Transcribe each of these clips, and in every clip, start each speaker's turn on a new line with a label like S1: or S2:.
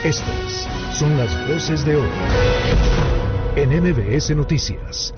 S1: Estas son las voces de hoy en MBS Noticias.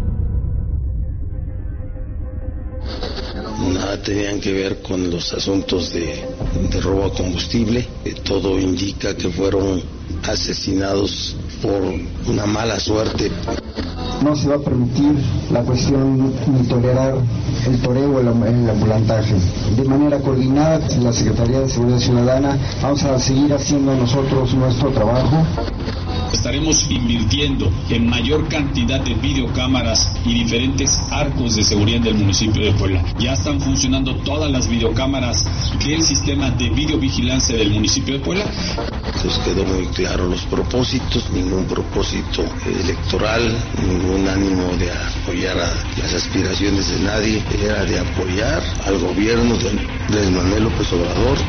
S2: Nada tenían que ver con los asuntos de robo a combustible. Todo indica que fueron asesinados por una mala suerte.
S3: No se va a permitir la cuestión ni tolerar el toreo o el ambulantaje. De manera coordinada, la Secretaría de Seguridad Ciudadana vamos a seguir haciendo nosotros nuestro trabajo.
S4: Estaremos invirtiendo en mayor cantidad de videocámaras y diferentes arcos de seguridad del municipio de Puebla. Ya están funcionando todas las videocámaras del sistema de videovigilancia del municipio de Puebla.
S2: Entonces quedó muy claro los propósitos, ningún propósito electoral, ningún ánimo de apoyar a las aspiraciones de nadie, era de apoyar al gobierno de Andrés Manuel López Obrador.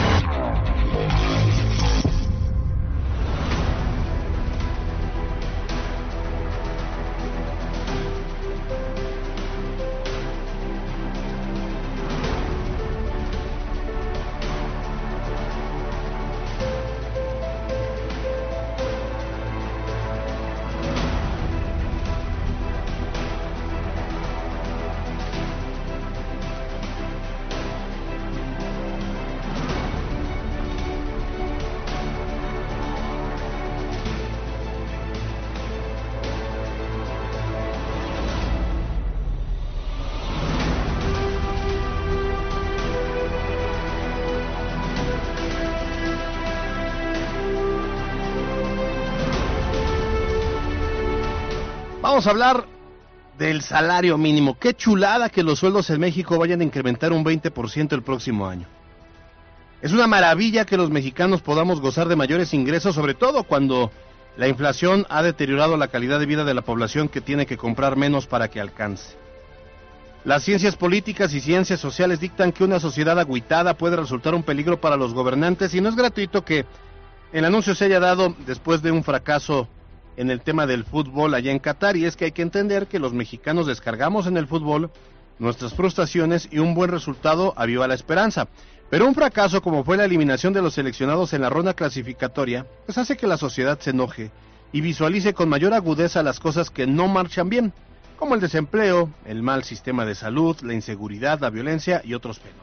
S5: Vamos a hablar del salario mínimo. Qué chulada que los sueldos en México vayan a incrementar un 20% el próximo año. Es una maravilla que los mexicanos podamos gozar de mayores ingresos, sobre todo cuando la inflación ha deteriorado la calidad de vida de la población que tiene que comprar menos para que alcance. Las ciencias políticas y ciencias sociales dictan que una sociedad agüitada puede resultar un peligro para los gobernantes y no es gratuito que el anuncio se haya dado después de un fracaso en el tema del fútbol allá en Qatar, y es que hay que entender que los mexicanos descargamos en el fútbol nuestras frustraciones y un buen resultado aviva la esperanza. Pero un fracaso como fue la eliminación de los seleccionados en la ronda clasificatoria, pues hace que la sociedad se enoje y visualice con mayor agudeza las cosas que no marchan bien, como el desempleo, el mal sistema de salud, la inseguridad, la violencia y otros fenómenos.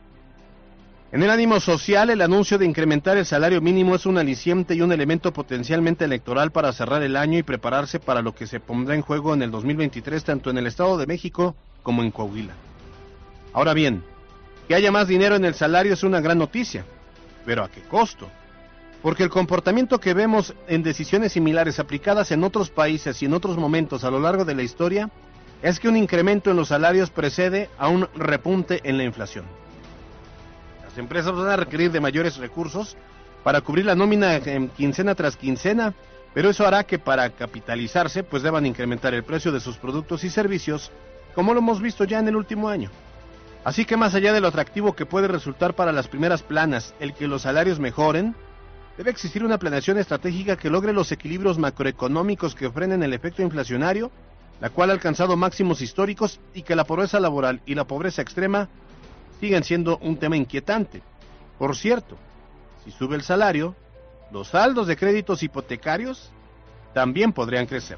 S5: En el ánimo social, el anuncio de incrementar el salario mínimo es un aliciente y un elemento potencialmente electoral para cerrar el año y prepararse para lo que se pondrá en juego en el 2023, tanto en el Estado de México como en Coahuila. Ahora bien, que haya más dinero en el salario es una gran noticia, pero ¿a qué costo? Porque el comportamiento que vemos en decisiones similares aplicadas en otros países y en otros momentos a lo largo de la historia es que un incremento en los salarios precede a un repunte en la inflación. Las empresas van a requerir de mayores recursos para cubrir la nómina en quincena tras quincena, pero eso hará que para capitalizarse pues deban incrementar el precio de sus productos y servicios, como lo hemos visto ya en el último año. Así que más allá de lo atractivo que puede resultar para las primeras planas el que los salarios mejoren, debe existir una planeación estratégica que logre los equilibrios macroeconómicos que frenen el efecto inflacionario, la cual ha alcanzado máximos históricos, y que la pobreza laboral y la pobreza extrema siguen siendo un tema inquietante. Por cierto, si sube el salario, los saldos de créditos hipotecarios también podrían crecer.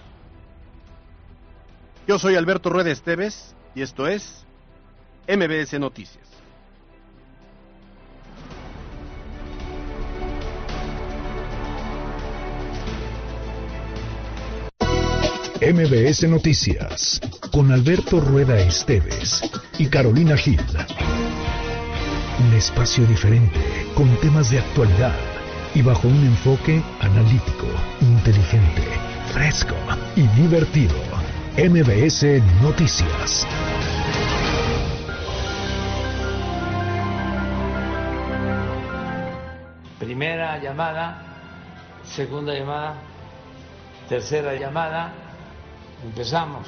S5: Yo soy Alberto Rueda Esteves y esto es MBS Noticias.
S1: MBS Noticias con Alberto Rueda Esteves y Carolina Gil. Un espacio diferente, con temas de actualidad y bajo un enfoque analítico, inteligente, fresco y divertido. MBS Noticias.
S6: Primera llamada, segunda llamada, tercera llamada. Empezamos.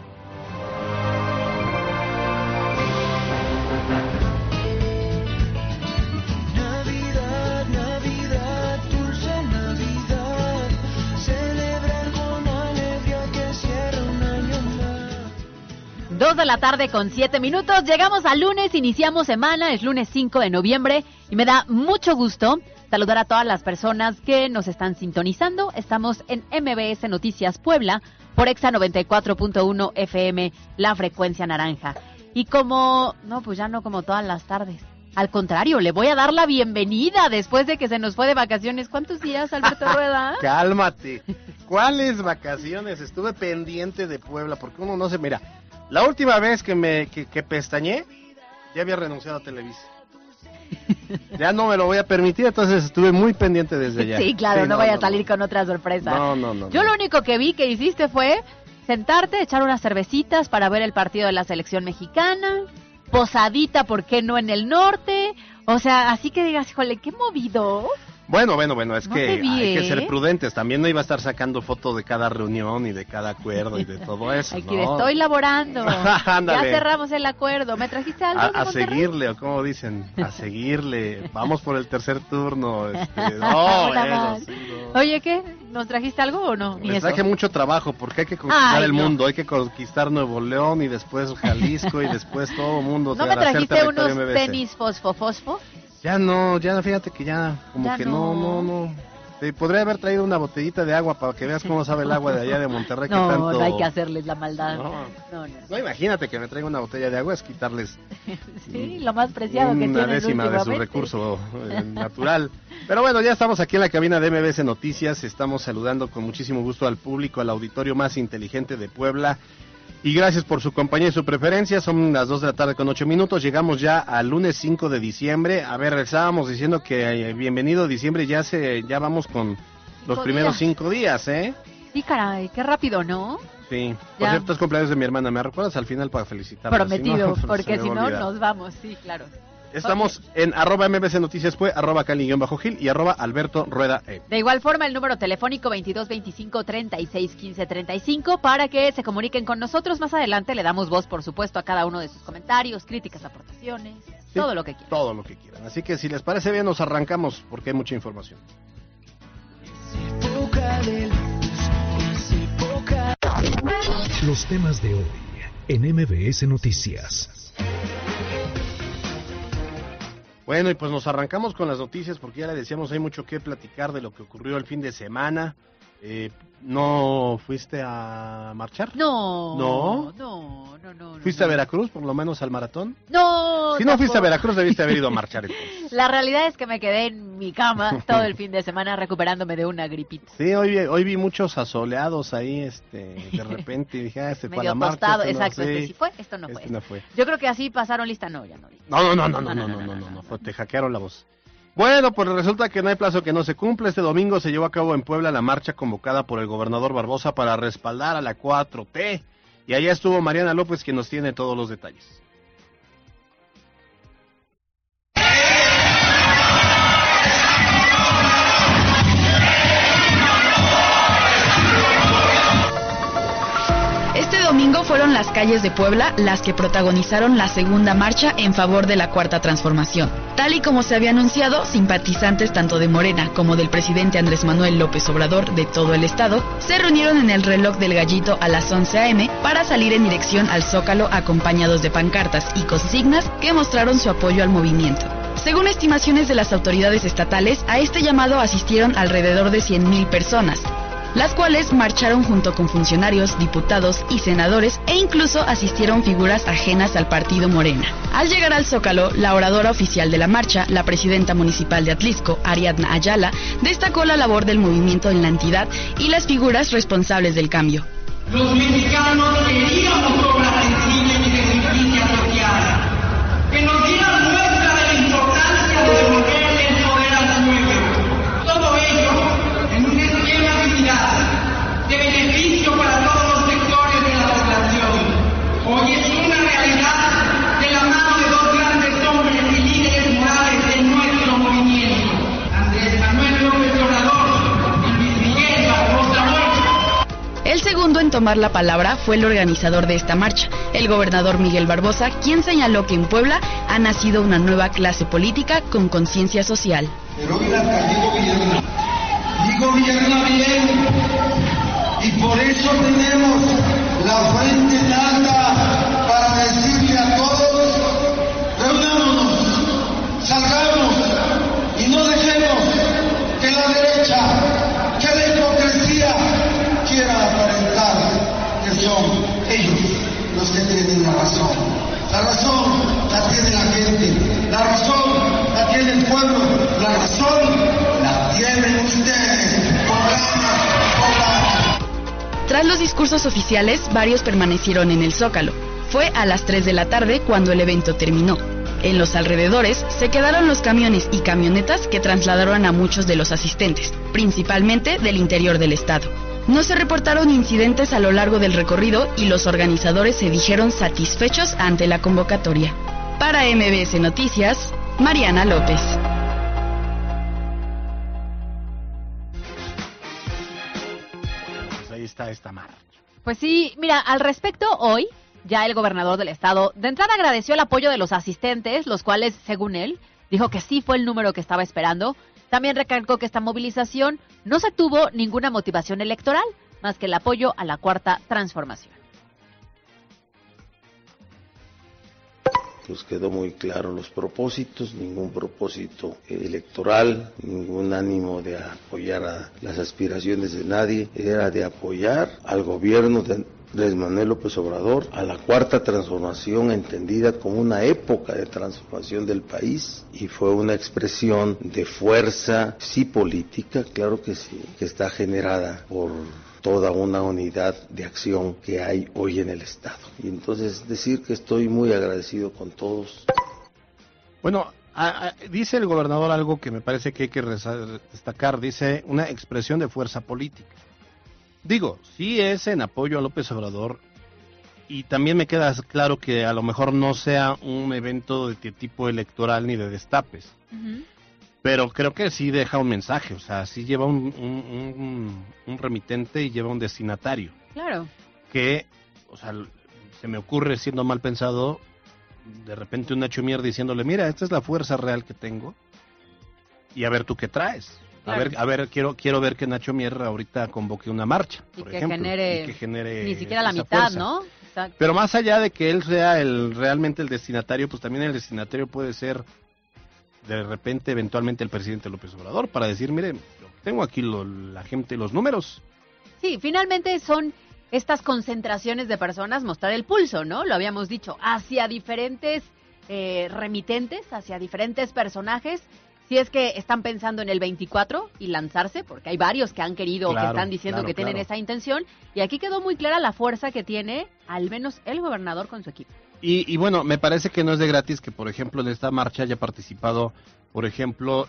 S7: Navidad, Navidad, dulce Navidad, celebrar con alegría que cierra un año más.
S8: 2 de la tarde con 7 minutos, llegamos al lunes, iniciamos semana, es lunes 5 de noviembre y me da mucho gusto saludar a todas las personas que nos están sintonizando. Estamos en MBS Noticias Puebla por Exa 94.1 FM, la frecuencia naranja. Y pues ya no como todas las tardes. Al contrario, le voy a dar la bienvenida después de que se nos fue de vacaciones. ¿Cuántos días, Alberto Rueda?
S5: Cálmate. ¿Cuáles vacaciones? Estuve pendiente de Puebla porque uno no se... Mira, la última vez que pestañé, ya había renunciado a Televisa. Ya no me lo voy a permitir, entonces estuve muy pendiente desde allá.
S8: Sí, claro, no vaya a salir con otra sorpresa.
S5: No.
S8: Yo lo único que vi que hiciste fue sentarte, echar unas cervecitas para ver el partido de la selección mexicana, posadita, ¿por qué no en el norte? O sea, así que digas, híjole, qué movido.
S5: Bueno, es
S8: No
S5: que
S8: te vi,
S5: hay que ser prudentes. También no iba a estar sacando foto de cada reunión y de cada acuerdo y de todo eso,
S8: Aquí
S5: ¿no?
S8: estoy laborando.
S5: Ándale.
S8: Ya cerramos el acuerdo. ¿Me trajiste algo de
S5: A
S8: Monterrey?
S5: seguirle, o como dicen, a seguirle. Vamos por el tercer turno.
S8: Una
S5: No.
S8: Oye, ¿qué? ¿Nos trajiste algo o no? Ni
S5: Les
S8: eso.
S5: traje mucho trabajo porque hay que conquistar
S8: Ay,
S5: el
S8: no.
S5: mundo. Hay que conquistar Nuevo León y después Jalisco y después todo el mundo.
S8: ¿No me
S5: para hacer
S8: trajiste unos
S5: territorio MBS.
S8: tenis fosfo?
S5: Ya no, fíjate que ya, como
S8: Ya
S5: que
S8: no.
S5: no. Te podría haber traído una botellita de agua para que veas cómo sabe el agua de allá de Monterrey.
S8: No,
S5: que tanto...
S8: no hay que hacerles la maldad.
S5: No.
S8: No.
S5: No, imagínate que me traiga una botella de agua, es quitarles
S8: Sí, lo más preciado que
S5: una
S8: tienen
S5: décima de su
S8: últimamente.
S5: recurso natural. Pero bueno, ya estamos aquí en la cabina de MBS Noticias. Estamos saludando con muchísimo gusto al público, al auditorio más inteligente de Puebla. Y gracias por su compañía y su preferencia. Son las 2 de la tarde con 8 minutos. Llegamos ya al lunes 5 de diciembre. A ver, estábamos diciendo que bienvenido diciembre. Ya vamos con los primeros 5 días, ¿eh?
S8: Sí, caray, qué rápido, ¿no?
S5: Sí. Por
S8: Ya.
S5: cierto, es cumpleaños de mi hermana. ¿Me recuerdas al final para felicitarla?
S8: Prometido,
S5: Si no,
S8: porque
S5: se
S8: si
S5: me
S8: no
S5: olvida.
S8: nos vamos. Sí, claro.
S5: Estamos en @MBC Noticias Pue, @Cali_Gil y @Alberto Rueda E.
S8: De igual forma, el número telefónico 2225-361535 para que se comuniquen con nosotros. Más adelante le damos voz, por supuesto, a cada uno de sus comentarios, críticas, aportaciones,
S5: Sí,
S8: todo lo que quieran.
S5: Todo lo que quieran. Así que si les parece bien, nos arrancamos porque hay mucha información.
S1: Los temas de hoy en MBS Noticias.
S5: Bueno, y pues nos arrancamos con las noticias porque ya le decíamos, hay mucho que platicar de lo que ocurrió el fin de semana. ¿No fuiste a marchar?
S8: No.
S5: ¿Fuiste a Veracruz, por lo menos al maratón?
S8: No.
S5: Si no fuiste a
S8: tampoco.
S5: Veracruz, debiste haber ido a marchar entonces.
S8: La realidad es que me quedé en mi cama todo el fin de semana recuperándome de una gripita.
S5: Sí, hoy vi muchos asoleados ahí, de repente, y dije, este para la
S8: Medio
S5: marcha.
S8: tostado,
S5: este no,
S8: exacto.
S5: sí,
S8: Este sí fue, esto no fue.
S5: este no fue.
S8: Yo creo que así pasaron lista, no, ya no.
S5: No, te hackearon la voz. Bueno, pues resulta que no hay plazo que no se cumpla. Este domingo se llevó a cabo en Puebla la marcha convocada por el gobernador Barbosa para respaldar a la 4T. Y allá estuvo Mariana López, quien nos tiene todos los detalles.
S9: Este domingo fueron las calles de Puebla las que protagonizaron la segunda marcha en favor de la Cuarta Transformación. Tal y como se había anunciado, simpatizantes tanto de Morena como del presidente Andrés Manuel López Obrador de todo el estado se reunieron en el reloj del Gallito a las 11 a.m. para salir en dirección al Zócalo acompañados de pancartas y consignas que mostraron su apoyo al movimiento. Según estimaciones de las autoridades estatales, a este llamado asistieron alrededor de 100,000 personas, las cuales marcharon junto con funcionarios, diputados y senadores e incluso asistieron figuras ajenas al partido Morena. Al llegar al Zócalo, la oradora oficial de la marcha, la presidenta municipal de Atlixco, Ariadna Ayala, destacó la labor del movimiento en la entidad y las figuras responsables del cambio.
S10: Los mexicanos queríamos obras sensibles y de justicia social, que nos dieran muestra de la importancia de devolverle el poder al pueblo. Todo ello en un esquema de unidad, de beneficio para todos los sectores de la población. Hoy es una realidad de la mano de dos grandes hombres y líderes morales de nuestro movimiento, Andrés Manuel López Obrador y Luis Miguel Barbosa Huerta.
S9: El segundo en tomar la palabra fue el organizador de esta marcha, el gobernador Miguel Barbosa, quien señaló que en Puebla ha nacido una nueva clase política con conciencia social.
S11: Pero hoy la calle gobierna, y gobierna bien, y por eso tenemos la frente en alta para decirle a todos, reunámonos, salgamos y no dejemos derecha que la hipocresía quiera aparentar que son ellos los que tienen la razón. La razón la tiene la gente, la razón la tiene el pueblo, la razón la tienen ustedes, poblanos.
S9: Tras los discursos oficiales, varios permanecieron en el Zócalo. Fue a las 3 de la tarde cuando el evento terminó. En los alrededores se quedaron los camiones y camionetas que trasladaron a muchos de los asistentes, principalmente del interior del estado. No se reportaron incidentes a lo largo del recorrido y los organizadores se dijeron satisfechos ante la convocatoria. Para MBS Noticias, Mariana López.
S5: Pues ahí está esta marcha.
S8: Pues sí, mira, al respecto, hoy ya el gobernador del estado de entrada agradeció el apoyo de los asistentes, los cuales, según él, dijo que sí fue el número que estaba esperando. También recalcó que esta movilización no se tuvo ninguna motivación electoral, más que el apoyo a la Cuarta Transformación.
S2: Pues quedó muy claro los propósitos, ningún propósito electoral, ningún ánimo de apoyar a las aspiraciones de nadie, era de apoyar al gobierno de Andrés Manuel López Obrador, a la Cuarta Transformación entendida como una época de transformación del país, y fue una expresión de fuerza, sí política, claro que sí, que está generada por toda una unidad de acción que hay hoy en el Estado. Y entonces decir que estoy muy agradecido con todos.
S5: Bueno, dice el gobernador algo que me parece que hay que destacar, dice una expresión de fuerza política. Digo, sí es en apoyo a López Obrador, y también me queda claro que a lo mejor no sea un evento de tipo electoral ni de destapes. Uh-huh. Pero creo que sí deja un mensaje, o sea, sí lleva un remitente y lleva un destinatario.
S8: Claro.
S5: Que, o sea, se me ocurre, siendo mal pensado, de repente un Nacho Mier diciéndole, mira, esta es la fuerza real que tengo, y a ver tú qué traes. Claro. A ver, quiero ver que Nacho Mier ahorita convoque una marcha, por ejemplo. Y que genere
S8: ni siquiera la mitad,
S5: fuerza.
S8: ¿no? Exacto.
S5: Pero más allá de que él sea realmente el destinatario, pues también el destinatario puede ser de repente, eventualmente, el presidente López Obrador, para decir, mire, tengo aquí la gente, los números.
S8: Sí, finalmente son estas concentraciones de personas, mostrar el pulso, ¿no? Lo habíamos dicho, hacia diferentes remitentes, hacia diferentes personajes. Si es que están pensando en el 24 y lanzarse, porque hay varios que han querido o que están diciendo que tienen esa intención, y aquí quedó muy clara la fuerza que tiene, al menos el gobernador con su equipo.
S5: Y bueno, me parece que no es de gratis que, por ejemplo, en esta marcha haya participado, por ejemplo,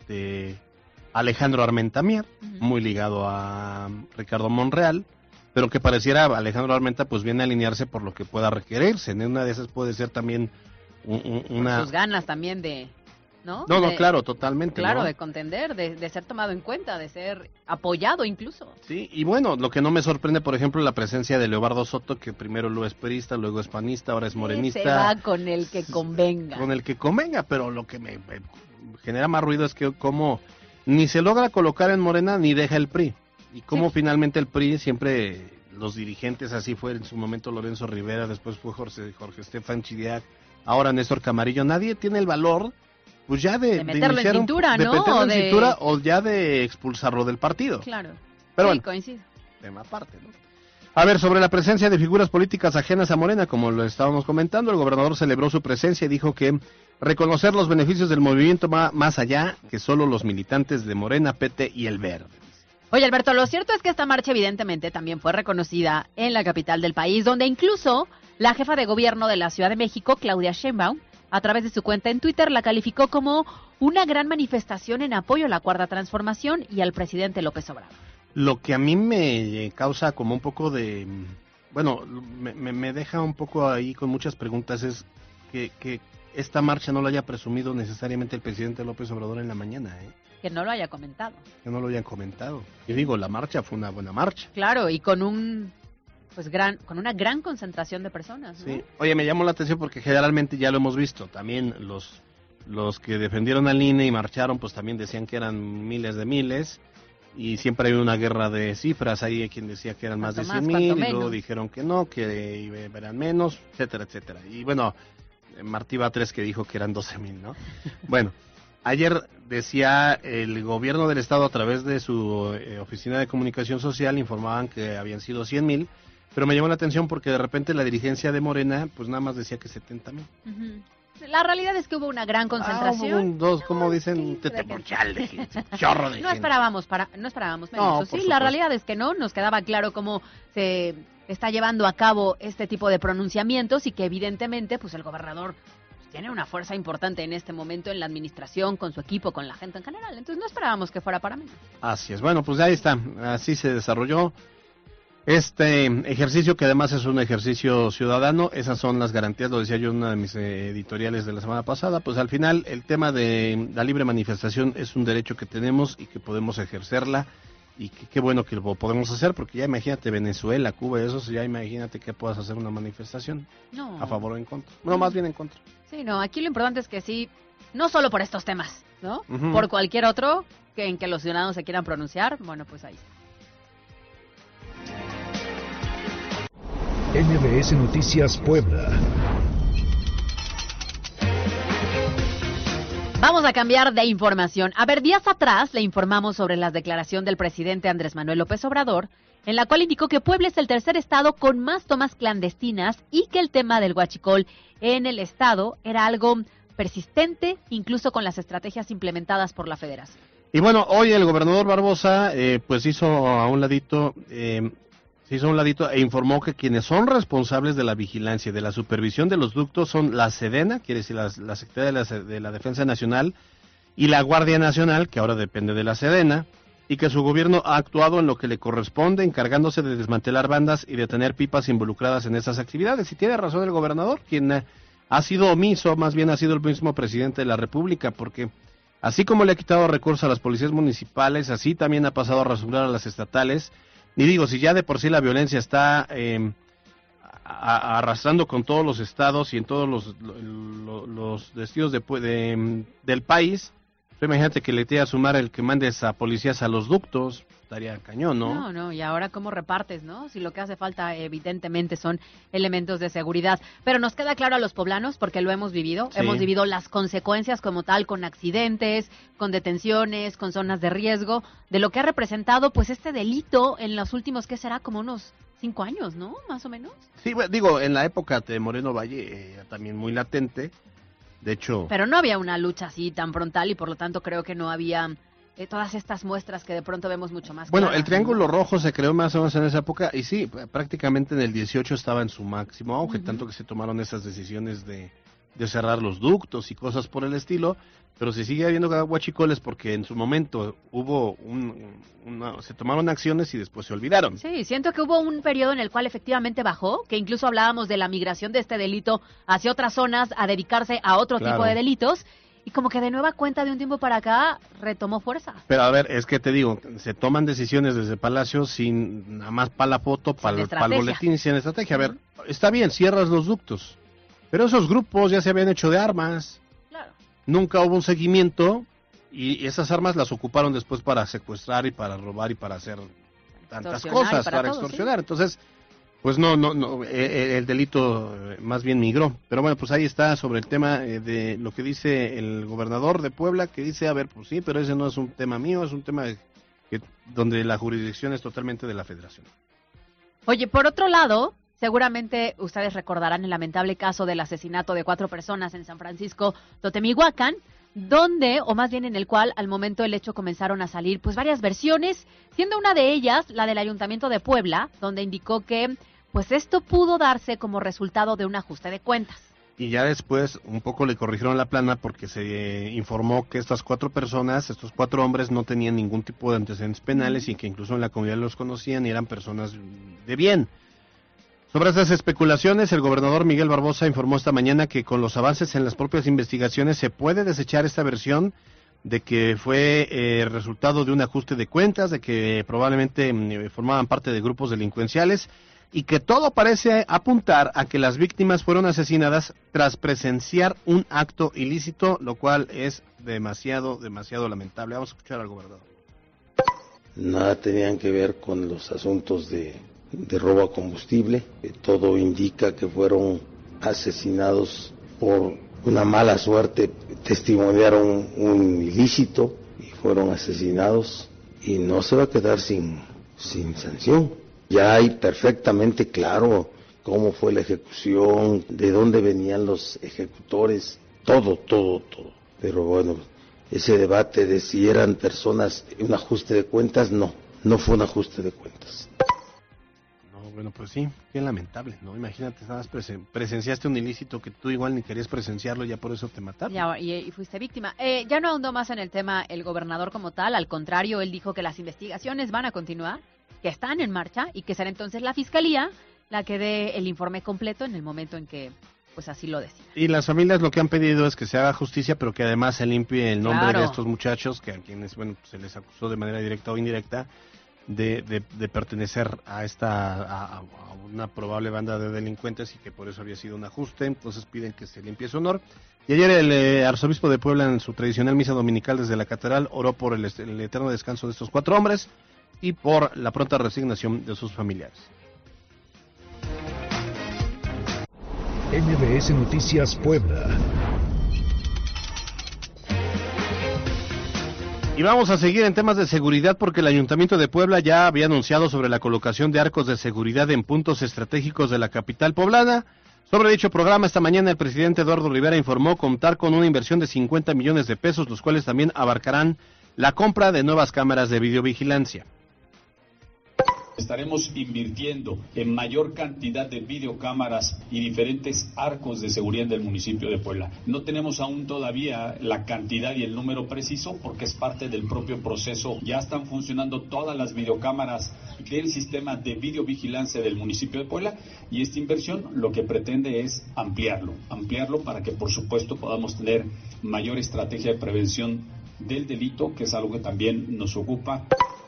S5: Alejandro Armenta Mier, muy ligado a Ricardo Monreal, pero que pareciera Alejandro Armenta pues viene a alinearse por lo que pueda requerirse. En una de esas puede ser también una...
S8: Por sus ganas también de... ¿No?
S5: No, claro, totalmente.
S8: Claro,
S5: ¿no?
S8: de contender, de ser tomado en cuenta, de ser apoyado incluso.
S5: Sí, y bueno, lo que no me sorprende, por ejemplo, la presencia de Leobardo Soto, que primero lo es perista, luego es panista, ahora es morenista.
S8: Se va con el que convenga.
S5: Con el que convenga, pero lo que me genera más ruido es que como ni se logra colocar en Morena ni deja el PRI. Y como finalmente el PRI siempre, los dirigentes, así fue en su momento Lorenzo Rivera, después fue Jorge Estefan Chidiac, ahora Néstor Camarillo, nadie tiene el valor... Pues ya de
S8: meterlo en cintura, ¿no?
S5: De meterlo en cintura o ya de expulsarlo del partido.
S8: Claro.
S5: Pero
S8: sí,
S5: bueno,
S8: coincido.
S5: Tema aparte, ¿no? A ver, sobre la presencia de figuras políticas ajenas a Morena, como lo estábamos comentando, el gobernador celebró su presencia y dijo que reconocer los beneficios del movimiento va más allá que solo los militantes de Morena, PT y el Verde.
S8: Oye, Alberto, lo cierto es que esta marcha evidentemente también fue reconocida en la capital del país, donde incluso la jefa de gobierno de la Ciudad de México, Claudia Sheinbaum, a través de su cuenta en Twitter, la calificó como una gran manifestación en apoyo a la Cuarta Transformación y al presidente López Obrador.
S5: Lo que a mí me causa como un poco de... Bueno, me deja un poco ahí con muchas preguntas es que esta marcha no lo haya presumido necesariamente el presidente López Obrador en la mañana, ¿eh?
S8: Que no lo haya comentado.
S5: Que no lo hayan comentado. Y digo, la marcha fue una buena marcha.
S8: Claro, y con con una gran concentración de personas, ¿no?
S5: Sí. Oye, me llamó la atención porque generalmente ya lo hemos visto. También los que defendieron al INE y marcharon, pues también decían que eran miles de miles. Y siempre hay una guerra de cifras. Ahí hay quien decía que eran más de 100,000 y luego dijeron que no, que eran menos, etcétera, etcétera. Y bueno, Martí Batres que dijo que eran 12,000, ¿no? Bueno, Ayer decía el gobierno del estado a través de su oficina de comunicación social, informaban que habían sido 100,000, pero me llamó la atención porque de repente la dirigencia de Morena pues nada más decía que 70,000.
S8: La realidad es que hubo una gran concentración.
S5: Como dicen, un teteponchal de gente, chorro de
S8: no
S5: gente.
S8: esperábamos menos. Sí, la realidad es que no, nos quedaba claro cómo se está llevando a cabo este tipo de pronunciamientos y que evidentemente pues el gobernador tiene una fuerza importante en este momento en la administración, con su equipo, con la gente en general. Entonces no esperábamos que fuera para menos.
S5: Así es. Bueno, pues ahí está. Así se desarrolló este ejercicio, que además es un ejercicio ciudadano. Esas son las garantías, lo decía yo en una de mis editoriales de la semana pasada. Pues al final el tema de la libre manifestación es un derecho que tenemos y que podemos ejercerla. Y qué bueno que lo podemos hacer, porque ya imagínate Venezuela, Cuba y eso, ya imagínate que puedas hacer una manifestación a favor o en contra. No, más bien en contra.
S8: Sí, no, aquí lo importante es que sí, no solo por estos temas, ¿no?
S5: Uh-huh.
S8: Por cualquier otro en que los ciudadanos se quieran pronunciar, bueno, pues ahí está.
S1: MBS Noticias Puebla.
S8: Vamos a cambiar de información. A ver, días atrás le informamos sobre la declaración del presidente Andrés Manuel López Obrador, en la cual indicó que Puebla es el tercer estado con más tomas clandestinas y que el tema del huachicol en el estado era algo persistente, incluso con las estrategias implementadas por la Federación.
S5: Y bueno, hoy el gobernador Barbosa pues hizo a un ladito e informó que quienes son responsables de la vigilancia y de la supervisión de los ductos son la Sedena, quiere decir la Secretaría de la Defensa Nacional, y la Guardia Nacional, que ahora depende de la Sedena, y que su gobierno ha actuado en lo que le corresponde, encargándose de desmantelar bandas y de tener pipas involucradas en esas actividades. Y tiene razón el gobernador, quien ha sido omiso, más bien ha sido el mismo presidente de la República, porque así como le ha quitado recursos a las policías municipales, así también ha pasado a rasurar a las estatales. Y digo, si ya de por sí la violencia está arrastrando con todos los estados y en todos los destinos del país, pues imagínate que le tenga a sumar el que mandes a policías a los ductos, estaría cañón, ¿no?
S8: No, y ahora cómo repartes, ¿no? Si lo que hace falta evidentemente son elementos de seguridad. Pero nos queda claro a los poblanos, porque lo hemos vivido,
S5: sí.
S8: Hemos vivido las consecuencias como tal, con accidentes, con detenciones, con zonas de riesgo, de lo que ha representado pues este delito en los últimos, ¿qué será? Como unos 5 años, ¿no? Más o menos.
S5: Sí, bueno, digo, en la época de Moreno Valle también muy latente, de hecho...
S8: Pero no había una lucha así tan frontal y por lo tanto creo que no había... todas estas muestras que de pronto vemos mucho más
S5: Bueno,
S8: claras,
S5: el Triángulo Rojo se creó más o menos en esa época y sí, prácticamente en el 18 estaba en su máximo auge, tanto que se tomaron esas decisiones de cerrar los ductos y cosas por el estilo, pero se sigue habiendo huachicoles porque en su momento hubo se tomaron acciones y después se olvidaron.
S8: Sí, siento que hubo un periodo en el cual efectivamente bajó, que incluso hablábamos de la migración de este delito hacia otras zonas a dedicarse a otro tipo de delitos. Y como que de nueva cuenta de un tiempo para acá retomó fuerza.
S5: Pero a ver, es que te digo, se toman decisiones desde Palacio sin nada más para la foto, para el boletín, sin estrategia. A ver, está bien, cierras los ductos, pero esos grupos ya se habían hecho de armas.
S8: Claro.
S5: Nunca hubo un seguimiento y esas armas las ocuparon después para secuestrar y para robar y para hacer tantas cosas, para extorsionar. ¿Sí? Entonces... Pues no, el delito más bien migró. Pero bueno, pues ahí está sobre el tema de lo que dice el gobernador de Puebla, que dice, a ver, pues sí, pero ese no es un tema mío, es un tema donde la jurisdicción es totalmente de la Federación.
S8: Oye, por otro lado, seguramente ustedes recordarán el lamentable caso del asesinato de 4 personas en San Francisco, Totemihuacán, donde, o más bien en el cual, al momento del hecho comenzaron a salir pues varias versiones, siendo una de ellas la del Ayuntamiento de Puebla, donde indicó que pues esto pudo darse como resultado de un ajuste de cuentas.
S5: Y ya después un poco le corrigieron la plana porque se informó que estas 4 personas, estos 4 hombres no tenían ningún tipo de antecedentes penales y que incluso en la comunidad los conocían y eran personas de bien. Sobre estas especulaciones, el gobernador Miguel Barbosa informó esta mañana que con los avances en las propias investigaciones se puede desechar esta versión de que fue resultado de un ajuste de cuentas, de que probablemente formaban parte de grupos delincuenciales y que todo parece apuntar a que las víctimas fueron asesinadas tras presenciar un acto ilícito, lo cual es demasiado lamentable. Vamos a escuchar al gobernador.
S2: Nada tenían que ver con los asuntos de robo a combustible. Todo indica que fueron asesinados por una mala suerte testimoniaron un ilícito y fueron asesinados, y no se va a quedar sin sanción. Ya hay perfectamente claro cómo fue la ejecución, de dónde venían los ejecutores, todo. Pero bueno, ese debate de si eran personas, un ajuste de cuentas, no fue un ajuste de cuentas.
S5: No, bueno, pues sí, bien lamentable, ¿no? Imagínate, estabas presenciaste un ilícito que tú igual ni querías presenciarlo, ya por eso te mataron.
S8: Ya, y fuiste víctima. Ya no ahondó más en el tema el gobernador como tal, al contrario, él dijo que las investigaciones van a continuar, que están en marcha y que será entonces la fiscalía la que dé el informe completo en el momento en que pues así lo decida.
S5: Y las familias lo que han pedido es que se haga justicia, pero que además se limpie el nombre de estos muchachos, que a quienes, bueno, se les acusó de manera directa o indirecta de pertenecer a una probable banda de delincuentes y que por eso había sido un ajuste. Entonces piden que se limpie su honor. Y ayer el arzobispo de Puebla, en su tradicional misa dominical desde la catedral, oró por el eterno descanso de estos 4 hombres y por la pronta resignación de sus familiares.
S1: MBS Noticias Puebla.
S5: Y vamos a seguir en temas de seguridad porque el Ayuntamiento de Puebla ya había anunciado sobre la colocación de arcos de seguridad en puntos estratégicos de la capital poblana. Sobre dicho programa, esta mañana el presidente Eduardo Rivera informó contar con una inversión de 50 millones de pesos, los cuales también abarcarán la compra de nuevas cámaras de videovigilancia.
S4: Estaremos invirtiendo en mayor cantidad de videocámaras y diferentes arcos de seguridad del municipio de Puebla. No tenemos aún todavía la cantidad y el número preciso porque es parte del propio proceso. Ya están funcionando todas las videocámaras del sistema de videovigilancia del municipio de Puebla y esta inversión lo que pretende es ampliarlo para que por supuesto podamos tener mayor estrategia de prevención del delito, que es algo que también nos ocupa.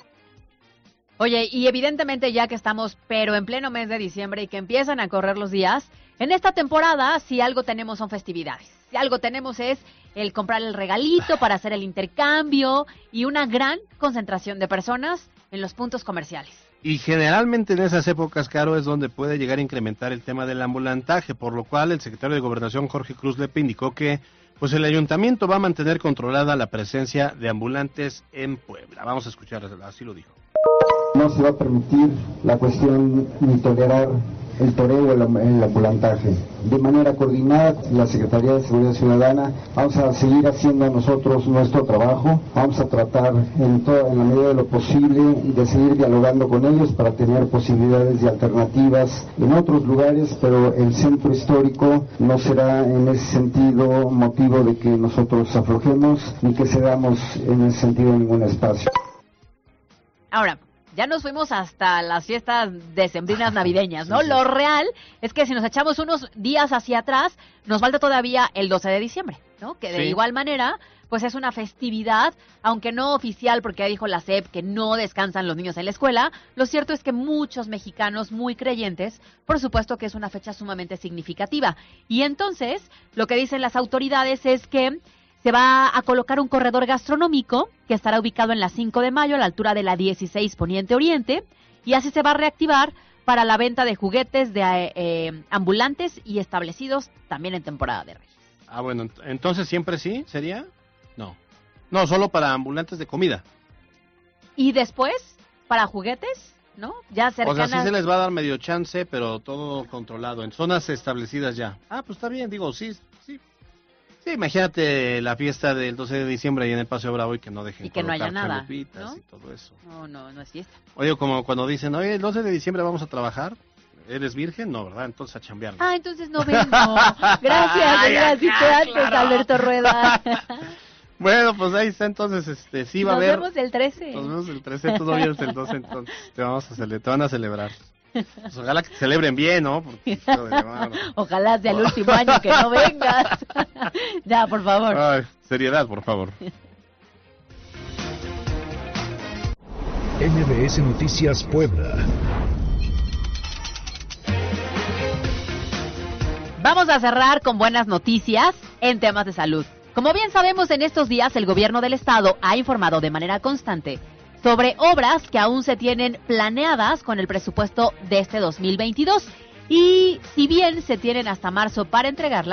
S8: Oye, y evidentemente ya que estamos, pero en pleno mes de diciembre y que empiezan a correr los días, en esta temporada si algo tenemos son festividades. Si algo tenemos es el comprar el regalito para hacer el intercambio y una gran concentración de personas en los puntos comerciales.
S5: Y generalmente en esas épocas, Caro, es donde puede llegar a incrementar el tema del ambulantaje, por lo cual el secretario de Gobernación, Jorge Cruz Lepe, indicó que pues el ayuntamiento va a mantener controlada la presencia de ambulantes en Puebla. Vamos a escuchar, así lo dijo.
S3: No se va a permitir la cuestión ni tolerar el toreo o el ambulantaje. De manera coordinada, la Secretaría de Seguridad Ciudadana, vamos a seguir haciendo nosotros nuestro trabajo, vamos a tratar en la medida de lo posible de seguir dialogando con ellos para tener posibilidades de alternativas en otros lugares, pero el centro histórico no será en ese sentido motivo de que nosotros aflojemos ni que cedamos en ese sentido ningún espacio.
S8: Ahora, ya nos fuimos hasta las fiestas decembrinas navideñas, ¿no? Sí. Lo real es que si nos echamos unos días hacia atrás, nos falta todavía el 12 de diciembre, ¿no? Que de igual manera, pues es una festividad, aunque no oficial, porque ya dijo la SEP que no descansan los niños en la escuela. Lo cierto es que muchos mexicanos muy creyentes, por supuesto que es una fecha sumamente significativa. Y entonces, lo que dicen las autoridades es que se va a colocar un corredor gastronómico que estará ubicado en la 5 de mayo a la altura de la 16 Poniente Oriente y así se va a reactivar para la venta de juguetes de ambulantes y establecidos también en temporada de Reyes.
S5: Ah, bueno, entonces siempre sí, ¿sería? No, solo para ambulantes de comida.
S8: Y después, para juguetes, ¿no? Ya cercanas.
S5: O sea, sí se les va a dar medio chance, pero todo controlado, en zonas establecidas ya. Ah, pues está bien, digo, sí. Sí, imagínate la fiesta del 12 de diciembre ahí en el Paseo Bravo y que no dejen
S8: y que no haya nada,
S5: chalupitas,
S8: ¿no?
S5: Y todo eso.
S8: No es fiesta.
S5: Oye, como cuando dicen, oye, el 12 de diciembre vamos a trabajar, ¿eres virgen? No, ¿verdad? Entonces a chambear.
S8: Ah, entonces no vengo. Gracias, antes, Alberto Rueda.
S5: Bueno, pues ahí está, entonces, sí va a haber.
S8: Nos vemos el 13.
S5: Nos vemos el 13, tú no vienes el 12, entonces te van a celebrar. Pues ojalá que te celebren bien, ¿no? Porque,
S8: ojalá sea el último año que no vengas. Ya, por favor.
S5: Ay, seriedad, por favor.
S1: MBS Noticias Puebla.
S8: Vamos a cerrar con buenas noticias en temas de salud. Como bien sabemos, en estos días el gobierno del estado ha informado de manera constante sobre obras que aún se tienen planeadas con el presupuesto de este 2022. Y si bien se tienen hasta marzo para entregarlas,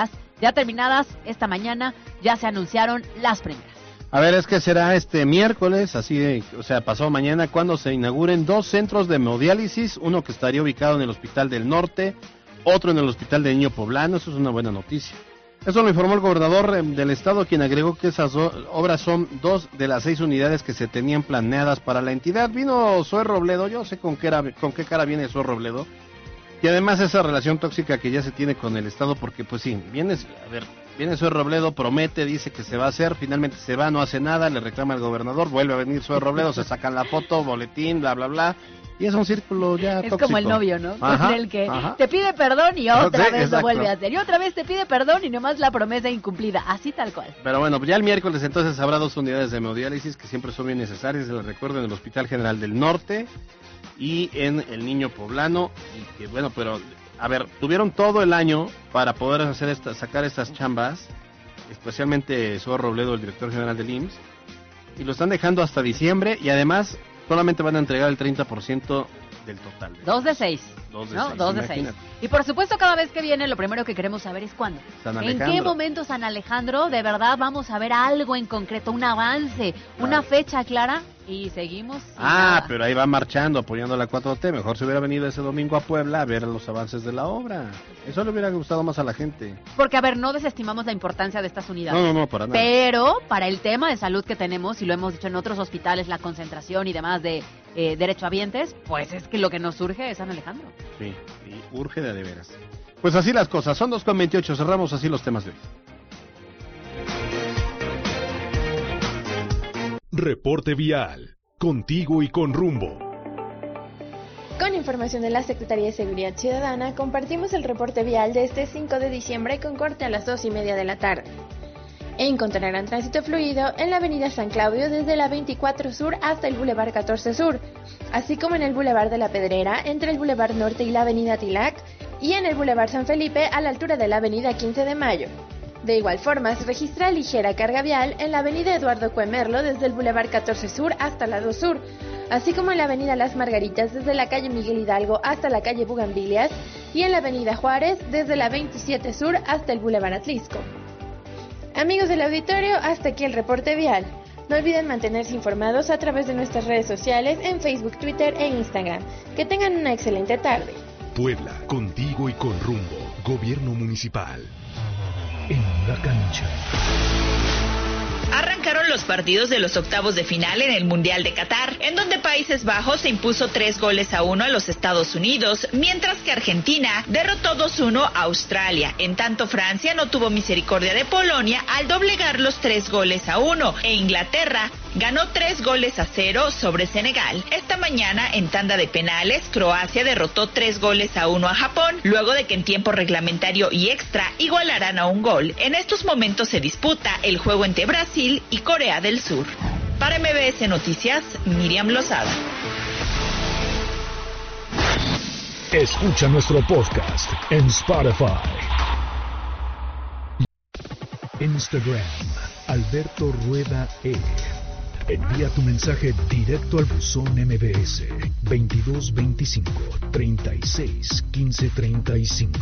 S8: Ya terminadas, esta mañana ya se anunciaron las primeras.
S5: A ver, es que será este miércoles, pasado mañana, cuando se inauguren 2 centros de hemodiálisis, uno que estaría ubicado en el Hospital del Norte, otro en el Hospital de Niño Poblano. Eso es una buena noticia. Eso lo informó el gobernador del estado, quien agregó que esas obras son 2 de las 6 unidades que se tenían planeadas para la entidad. Vino Zoe Robledo, yo sé con qué cara viene Zoe Robledo, y además esa relación tóxica que ya se tiene con el estado, porque pues sí, viene Zoe Robledo, promete, dice que se va a hacer, finalmente se va, no hace nada, le reclama al gobernador, vuelve a venir Zoe Robledo, se sacan la foto, boletín, bla, bla, bla. Y es un círculo ya tóxico.
S8: Es como el novio, ¿no?
S5: Ajá,
S8: con el que
S5: ajá.
S8: te pide perdón y otra vez
S5: exacto.
S8: lo vuelve a hacer. Y otra vez te pide perdón y nomás la promesa incumplida. Así tal cual.
S5: Pero bueno, pues ya el miércoles entonces habrá 2 unidades de hemodiálisis que siempre son bien necesarias. Les recuerdo, en el Hospital General del Norte y en el Niño Poblano. Y que bueno, pero a ver, tuvieron todo el año para poder sacar estas chambas, especialmente Zoe Robledo, el director general del IMSS, y lo están dejando hasta diciembre, y además solamente van a entregar el 30% del total.
S8: 2 de 6.
S5: 2 de
S8: ¿no?
S5: 6,
S8: 2 de 6.
S5: imagínate.
S8: Y por supuesto, cada vez que viene, lo primero que queremos saber es cuándo.
S5: San
S8: ¿En
S5: Alejandro.
S8: qué momento San Alejandro de verdad vamos a ver algo en concreto, un avance, una fecha clara? Y seguimos sin nada.
S5: Pero ahí va marchando, apoyando la 4T. Mejor se hubiera venido ese domingo a Puebla a ver los avances de la obra. Eso le hubiera gustado más a la gente.
S8: Porque, a ver, no desestimamos la importancia de estas unidades.
S5: No, para nada.
S8: Pero para el tema de salud que tenemos, y lo hemos dicho en otros hospitales, la concentración y demás de derechohabientes, pues es que lo que nos surge es San Alejandro.
S5: Sí, y urge de veras. Pues así las cosas, son 2:28, cerramos así los temas de hoy.
S1: Reporte vial, contigo y con rumbo.
S12: Con información de la Secretaría de Seguridad Ciudadana, compartimos el reporte vial de este 5 de diciembre con corte a las 2:30 de la tarde. Encontrarán tránsito fluido en la avenida San Claudio desde la 24 Sur hasta el Boulevard 14 Sur, así como en el Boulevard de la Pedrera entre el Boulevard Norte y la avenida Tilac, y en el Boulevard San Felipe a la altura de la avenida 15 de Mayo. De igual forma, se registra ligera carga vial en la avenida Eduardo Cuemerlo desde el Boulevard 14 Sur hasta la 2 Sur, así como en la avenida Las Margaritas desde la calle Miguel Hidalgo hasta la calle Bugambilias, y en la avenida Juárez desde la 27 Sur hasta el Boulevard Atlisco. Amigos del auditorio, hasta aquí el reporte vial. No olviden mantenerse informados a través de nuestras redes sociales en Facebook, Twitter e Instagram. Que tengan una excelente tarde.
S1: Puebla, contigo y con rumbo. Gobierno municipal.
S13: En la cancha.
S14: Arrancaron los partidos de los octavos de final en el Mundial de Qatar, en donde Países Bajos se impuso 3-1 a los Estados Unidos, mientras que Argentina derrotó 2-1 a Australia. En tanto, Francia no tuvo misericordia de Polonia al doblegar los 3-1, e Inglaterra ganó 3-0 sobre Senegal. Esta mañana, en tanda de penales, Croacia derrotó 3-1 a Japón, luego de que en tiempo reglamentario y extra igualaran a un gol. En estos momentos se disputa el juego entre Brasil y Corea del Sur. Para MBS Noticias, Miriam Lozada.
S1: Escucha nuestro podcast en Spotify. Instagram, Alberto Rueda E. Envía tu mensaje directo al buzón MBS 2225 36 15 35.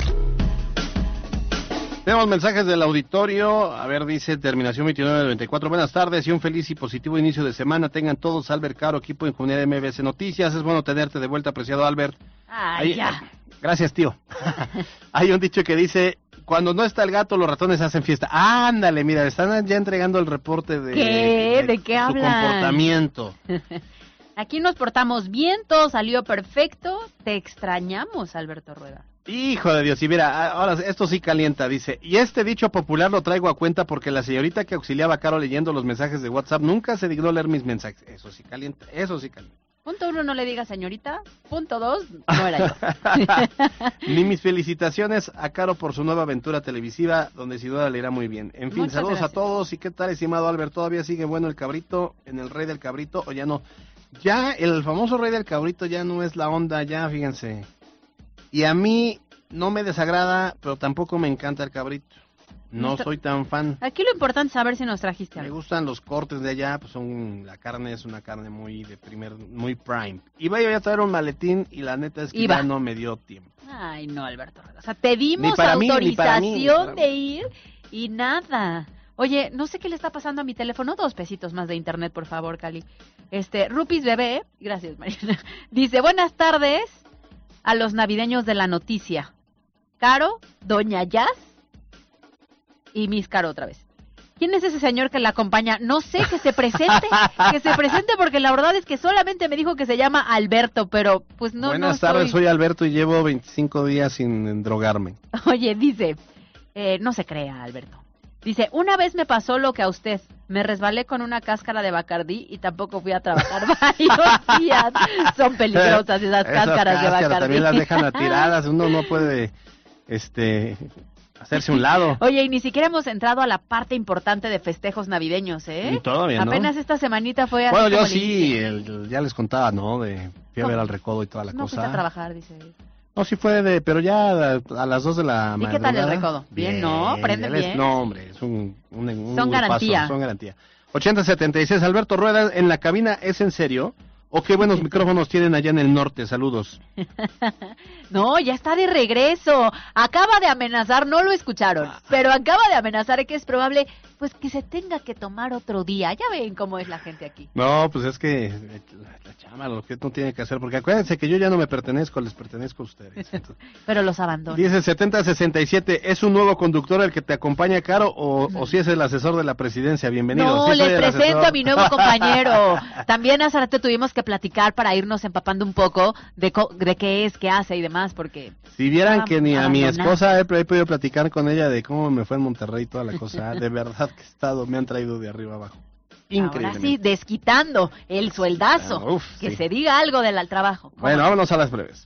S5: Tenemos mensajes del auditorio. A ver, dice terminación 2994. Buenas tardes y un feliz y positivo inicio de semana. Tengan todos, Albert Caro, equipo de Ingeniería de MBS Noticias. Es bueno tenerte de vuelta, apreciado Albert.
S8: Ya.
S5: Gracias, tío. Hay un dicho que dice: cuando no está el gato, los ratones hacen fiesta. Ándale, mira, están ya entregando el reporte de...
S8: ¿De qué
S5: su
S8: hablan?
S5: comportamiento.
S8: Aquí nos portamos bien, todo salió perfecto. Te extrañamos, Alberto Rueda.
S5: Hijo de Dios, y mira, ahora esto sí calienta, dice, y este dicho popular lo traigo a cuenta porque la señorita que auxiliaba a Caro leyendo los mensajes de WhatsApp nunca se dignó leer mis mensajes. Eso sí calienta, eso sí calienta.
S8: Punto 1, no le diga señorita. Punto 2, no era yo.
S5: Ni mis felicitaciones a Caro por su nueva aventura televisiva, donde sin duda le irá muy bien. En fin,
S8: Muchas
S5: saludos
S8: gracias
S5: a todos, y qué tal, estimado Albert, ¿todavía sigue bueno el cabrito en el Rey del Cabrito o ya no? Ya el famoso Rey del Cabrito ya no es la onda, ya fíjense. Y a mí no me desagrada, pero tampoco me encanta el cabrito. No soy tan fan.
S8: Aquí lo importante es saber si nos trajiste
S5: Me
S8: algo.
S5: gustan los cortes de allá, pues la carne es una carne muy prime. Iba yo a traer un maletín y la neta es que ya no me dio tiempo.
S8: Ay, no, Alberto. O sea, te dimos
S5: Ni
S8: autorización de ir y nada. Oye, no sé qué le está pasando a mi teléfono. 2 pesitos más de internet, por favor, Cali. Rupis Bebé, gracias, Mariana. Dice, buenas tardes a los navideños de la noticia. Caro, Doña Jazz y Miss Caro otra vez. ¿Quién es ese señor que la acompaña? No sé, que se presente, porque la verdad es que solamente me dijo que se llama Alberto, pero pues no.
S5: Buenas tardes, soy Alberto y llevo 25 días sin drogarme.
S8: Oye, dice, no se crea, Alberto. Dice, una vez me pasó lo que a usted. Me resbalé con una cáscara de Bacardí y tampoco fui a trabajar varios días. Son peligrosas esas cáscaras de Bacardí.
S5: También las dejan tiradas, uno no puede hacerse un lado.
S8: Oye, y ni siquiera hemos entrado a la parte importante de festejos navideños, ¿eh?
S5: Todavía no.
S8: Apenas esta semanita fue así.
S5: Bueno, yo sí, ya les contaba, ¿no? Fui a ver al Recodo y toda la cosa.
S8: No fuiste a trabajar, dice.
S5: No, sí fue pero ya a las 2 de la madrugada.
S8: ¿Y qué tal el Recodo? Bien, ¿no? ¿Prende bien?
S5: No, hombre, es un
S8: Son garantía.
S5: Son garantía. 8076, Alberto Rueda, ¿en la cabina es en serio? ¿O qué buenos micrófonos tienen allá en el norte? Saludos.
S8: No, ya está de regreso. Acaba de amenazar, no lo escucharon, pero acaba de amenazar que es probable pues que se tenga que tomar otro día. Ya ven cómo es la gente aquí.
S5: No, pues es que la chama, lo que no tiene que hacer, porque acuérdense que yo ya no me pertenezco, les pertenezco a ustedes.
S8: Pero los abandono.
S5: Dice 7067, ¿es un nuevo conductor el que te acompaña, Caro, o si es el asesor de la presidencia? Bienvenido.
S8: No,
S5: sí,
S8: les presento a mi nuevo compañero. También hace rato tuvimos que platicar para irnos empapando un poco de qué es, qué hace y demás, porque...
S5: Si vieran que ni a mi esposa he podido platicar con ella de cómo me fue en Monterrey y toda la cosa, de verdad que me han traído de arriba abajo. Increíble.
S8: Ahora sí, desquitando el sueldazo. Que se diga algo del trabajo.
S5: Bueno, vámonos a las breves.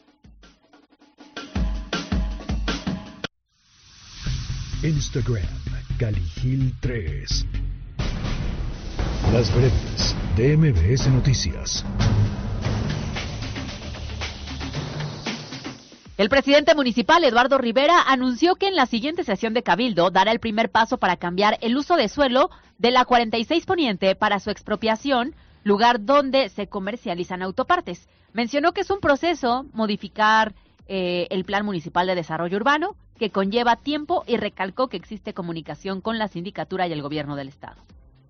S1: Instagram, Caligil3. Las breves de MBS Noticias.
S8: El presidente municipal, Eduardo Rivera, anunció que en la siguiente sesión de Cabildo dará el primer paso para cambiar el uso de suelo de la 46 Poniente para su expropiación, lugar donde se comercializan autopartes. Mencionó que es un proceso modificar el Plan Municipal de Desarrollo Urbano, que conlleva tiempo, y recalcó que existe comunicación con la sindicatura y el gobierno del estado.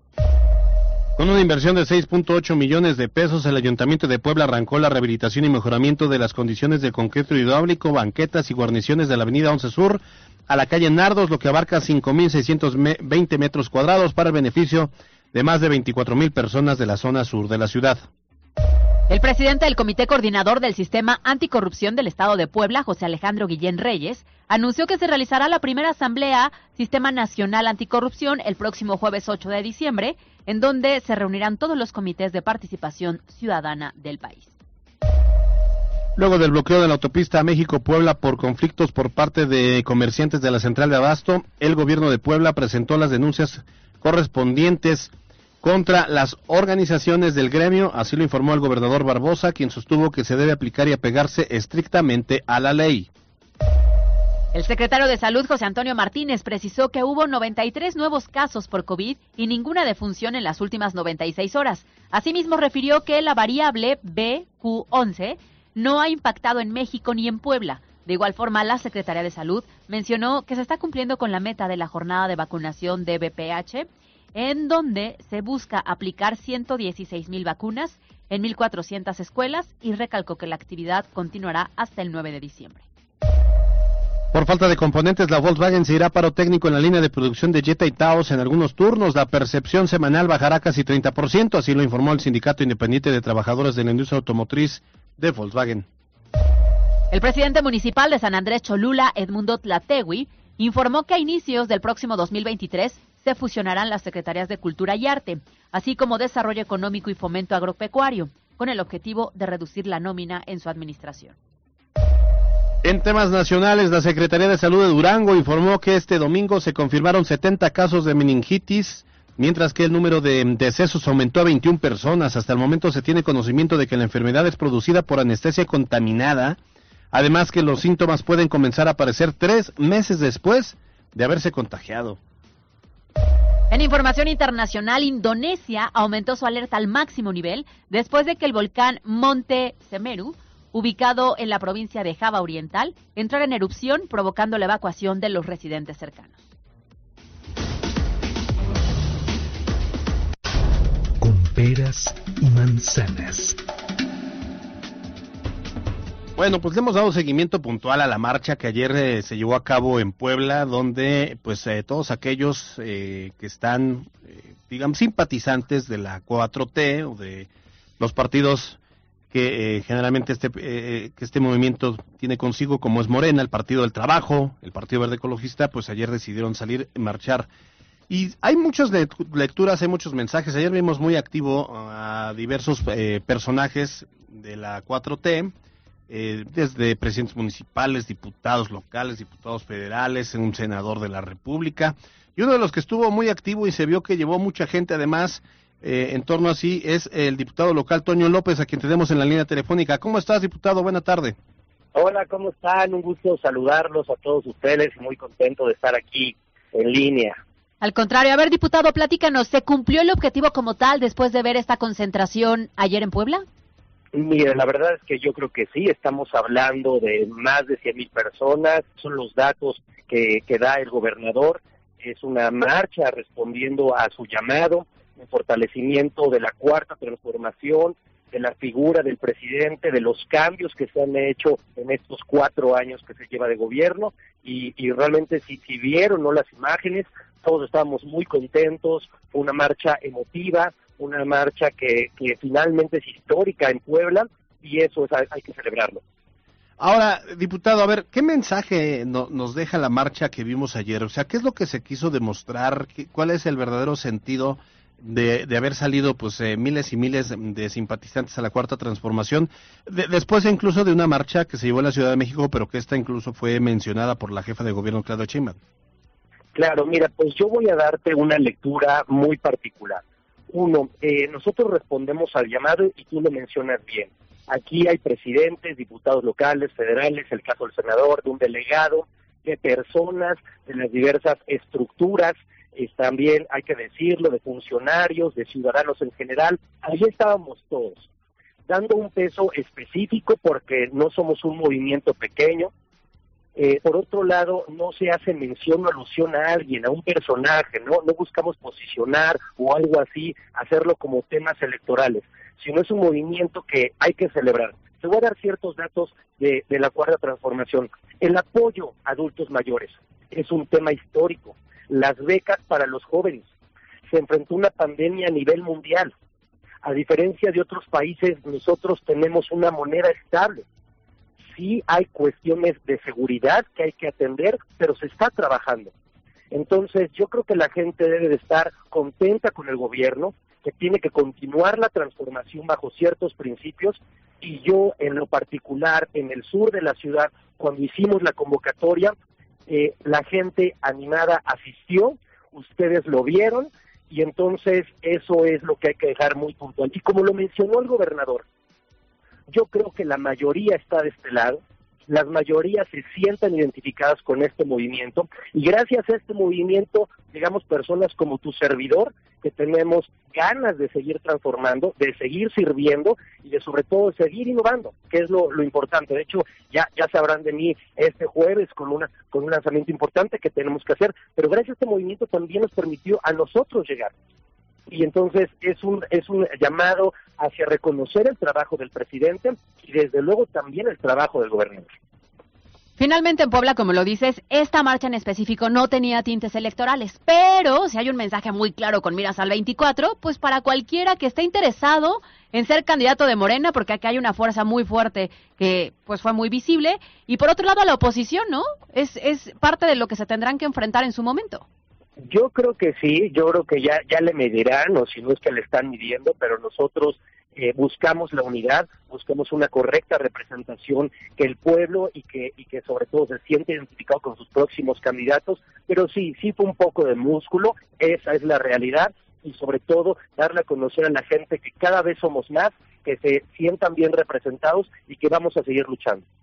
S5: Con una inversión de 6.8 millones de pesos, el Ayuntamiento de Puebla arrancó la rehabilitación y mejoramiento de las condiciones de concreto hidráulico, banquetas y guarniciones de la avenida 11 Sur a la calle Nardos, lo que abarca 5.620 metros cuadrados para el beneficio de más de 24,000 personas de la zona sur de la ciudad.
S8: El presidente del Comité Coordinador del Sistema Anticorrupción del Estado de Puebla, José Alejandro Guillén Reyes, anunció que se realizará la primera asamblea Sistema Nacional Anticorrupción el próximo jueves 8 de diciembre, en donde se reunirán todos los comités de participación ciudadana del país.
S5: Luego del bloqueo de la autopista México-Puebla por conflictos por parte de comerciantes de la central de Abasto, el gobierno de Puebla presentó las denuncias correspondientes contra las organizaciones del gremio, así lo informó el gobernador Barbosa, quien sostuvo que se debe aplicar y apegarse estrictamente a la ley.
S8: El secretario de Salud, José Antonio Martínez, precisó que hubo 93 nuevos casos por COVID y ninguna defunción en las últimas 96 horas. Asimismo, refirió que la variable BQ11 no ha impactado en México ni en Puebla. De igual forma, la Secretaría de Salud mencionó que se está cumpliendo con la meta de la jornada de vacunación de VPH, en donde se busca aplicar 116,000 vacunas en 1,400 escuelas, y recalcó que la actividad continuará hasta el 9 de diciembre.
S5: Por falta de componentes, la Volkswagen se irá a paro técnico en la línea de producción de Jetta y Taos en algunos turnos. La percepción semanal bajará casi 30%, así lo informó el Sindicato Independiente de Trabajadores de la Industria Automotriz de Volkswagen.
S8: El presidente municipal de San Andrés Cholula, Edmundo Tlategui, informó que a inicios del próximo 2023 se fusionarán las Secretarías de Cultura y Arte, así como Desarrollo Económico y Fomento Agropecuario, con el objetivo de reducir la nómina en su administración.
S5: En temas nacionales, la Secretaría de Salud de Durango informó que este domingo se confirmaron 70 casos de meningitis, mientras que el número de decesos aumentó a 21 personas. Hasta el momento se tiene conocimiento de que la enfermedad es producida por anestesia contaminada, además que los síntomas pueden comenzar a aparecer 3 meses después de haberse contagiado.
S8: En información internacional, Indonesia aumentó su alerta al máximo nivel después de que el volcán Monte Semeru, ubicado en la provincia de Java Oriental, entrara en erupción, provocando la evacuación de los residentes cercanos.
S1: Con peras y manzanas.
S5: Bueno, pues le hemos dado seguimiento puntual a la marcha que ayer se llevó a cabo en Puebla, donde pues todos aquellos que están, digamos, simpatizantes de la 4T o de los partidos que generalmente que este movimiento tiene consigo, como es Morena, el Partido del Trabajo, el Partido Verde Ecologista, pues ayer decidieron salir y marchar. Y hay muchas lecturas, hay muchos mensajes. Ayer vimos muy activo a diversos personajes de la 4T, desde presidentes municipales, diputados locales, diputados federales, un senador de la República. Y uno de los que estuvo muy activo y se vio que llevó mucha gente además en torno así es el diputado local Toño López, a quien tenemos en la línea telefónica. ¿Cómo estás, diputado? Buena tarde.
S15: Hola, ¿cómo están? Un gusto saludarlos a todos ustedes y muy contento de estar aquí en línea.
S8: Al contrario, a ver, diputado, platícanos, ¿se cumplió el objetivo como tal después de ver esta concentración ayer en Puebla?
S15: Mira, la verdad es que yo creo que sí, estamos hablando de más de 100,000 personas, son los datos que da el gobernador, es una marcha respondiendo a su llamado, un fortalecimiento de la cuarta transformación, de la figura del presidente, de los cambios que se han hecho en estos 4 años que se lleva de gobierno, y realmente si vieron no las imágenes, todos estábamos muy contentos, fue una marcha emotiva, una marcha que finalmente es histórica en Puebla, y eso hay que celebrarlo.
S5: Ahora, diputado, a ver, ¿qué mensaje nos deja la marcha que vimos ayer? O sea, ¿qué es lo que se quiso demostrar? ¿Cuál es el verdadero sentido de haber salido pues miles y miles de simpatizantes a la Cuarta Transformación, después incluso de una marcha que se llevó a la Ciudad de México, pero que esta incluso fue mencionada por la jefa de gobierno, Claudia Sheinbaum?
S15: Claro, mira, pues yo voy a darte una lectura muy particular. Uno, nosotros respondemos al llamado y tú lo mencionas bien. Aquí hay presidentes, diputados locales, federales, el caso del senador, de un delegado, de personas de las diversas estructuras, también hay que decirlo, de funcionarios, de ciudadanos en general. Allí estábamos todos, dando un peso específico porque no somos un movimiento pequeño. Por otro lado, no se hace mención o alusión a alguien, a un personaje, no buscamos posicionar o algo así, hacerlo como temas electorales, sino es un movimiento que hay que celebrar. Te voy a dar ciertos datos de la Cuarta Transformación. El apoyo a adultos mayores es un tema histórico. Las becas para los jóvenes. Se enfrentó una pandemia a nivel mundial. A diferencia de otros países, nosotros tenemos una moneda estable. Sí hay cuestiones de seguridad que hay que atender, pero se está trabajando. Entonces, yo creo que la gente debe de estar contenta con el gobierno, que tiene que continuar la transformación bajo ciertos principios, y yo, en lo particular, en el sur de la ciudad, cuando hicimos la convocatoria, la gente animada asistió, ustedes lo vieron, y entonces eso es lo que hay que dejar muy puntual. Y como lo mencionó el gobernador, yo creo que la mayoría está de este lado, las mayorías se sientan identificadas con este movimiento, y gracias a este movimiento, digamos, personas como tu servidor, que tenemos ganas de seguir transformando, de seguir sirviendo, y de sobre todo seguir innovando, que es lo importante. De hecho, ya sabrán de mí este jueves con un lanzamiento importante que tenemos que hacer, pero gracias a este movimiento también nos permitió a nosotros llegar. Y entonces es un llamado hacia reconocer el trabajo del presidente y desde luego también el trabajo del gobernador.
S8: Finalmente en Puebla, como lo dices, esta marcha en específico no tenía tintes electorales, pero si hay un mensaje muy claro con miras al 24, pues para cualquiera que esté interesado en ser candidato de Morena, porque acá hay una fuerza muy fuerte que pues fue muy visible, y por otro lado a la oposición, ¿no? Es parte de lo que se tendrán que enfrentar en su momento.
S15: Yo creo que sí, yo creo que ya le medirán, o si no es que le están midiendo, pero nosotros buscamos la unidad, buscamos una correcta representación, que el pueblo y que sobre todo se siente identificado con sus próximos candidatos, pero sí fue un poco de músculo, esa es la realidad, y sobre todo darle a conocer a la gente que cada vez somos más, que se sientan bien representados y que vamos a seguir luchando.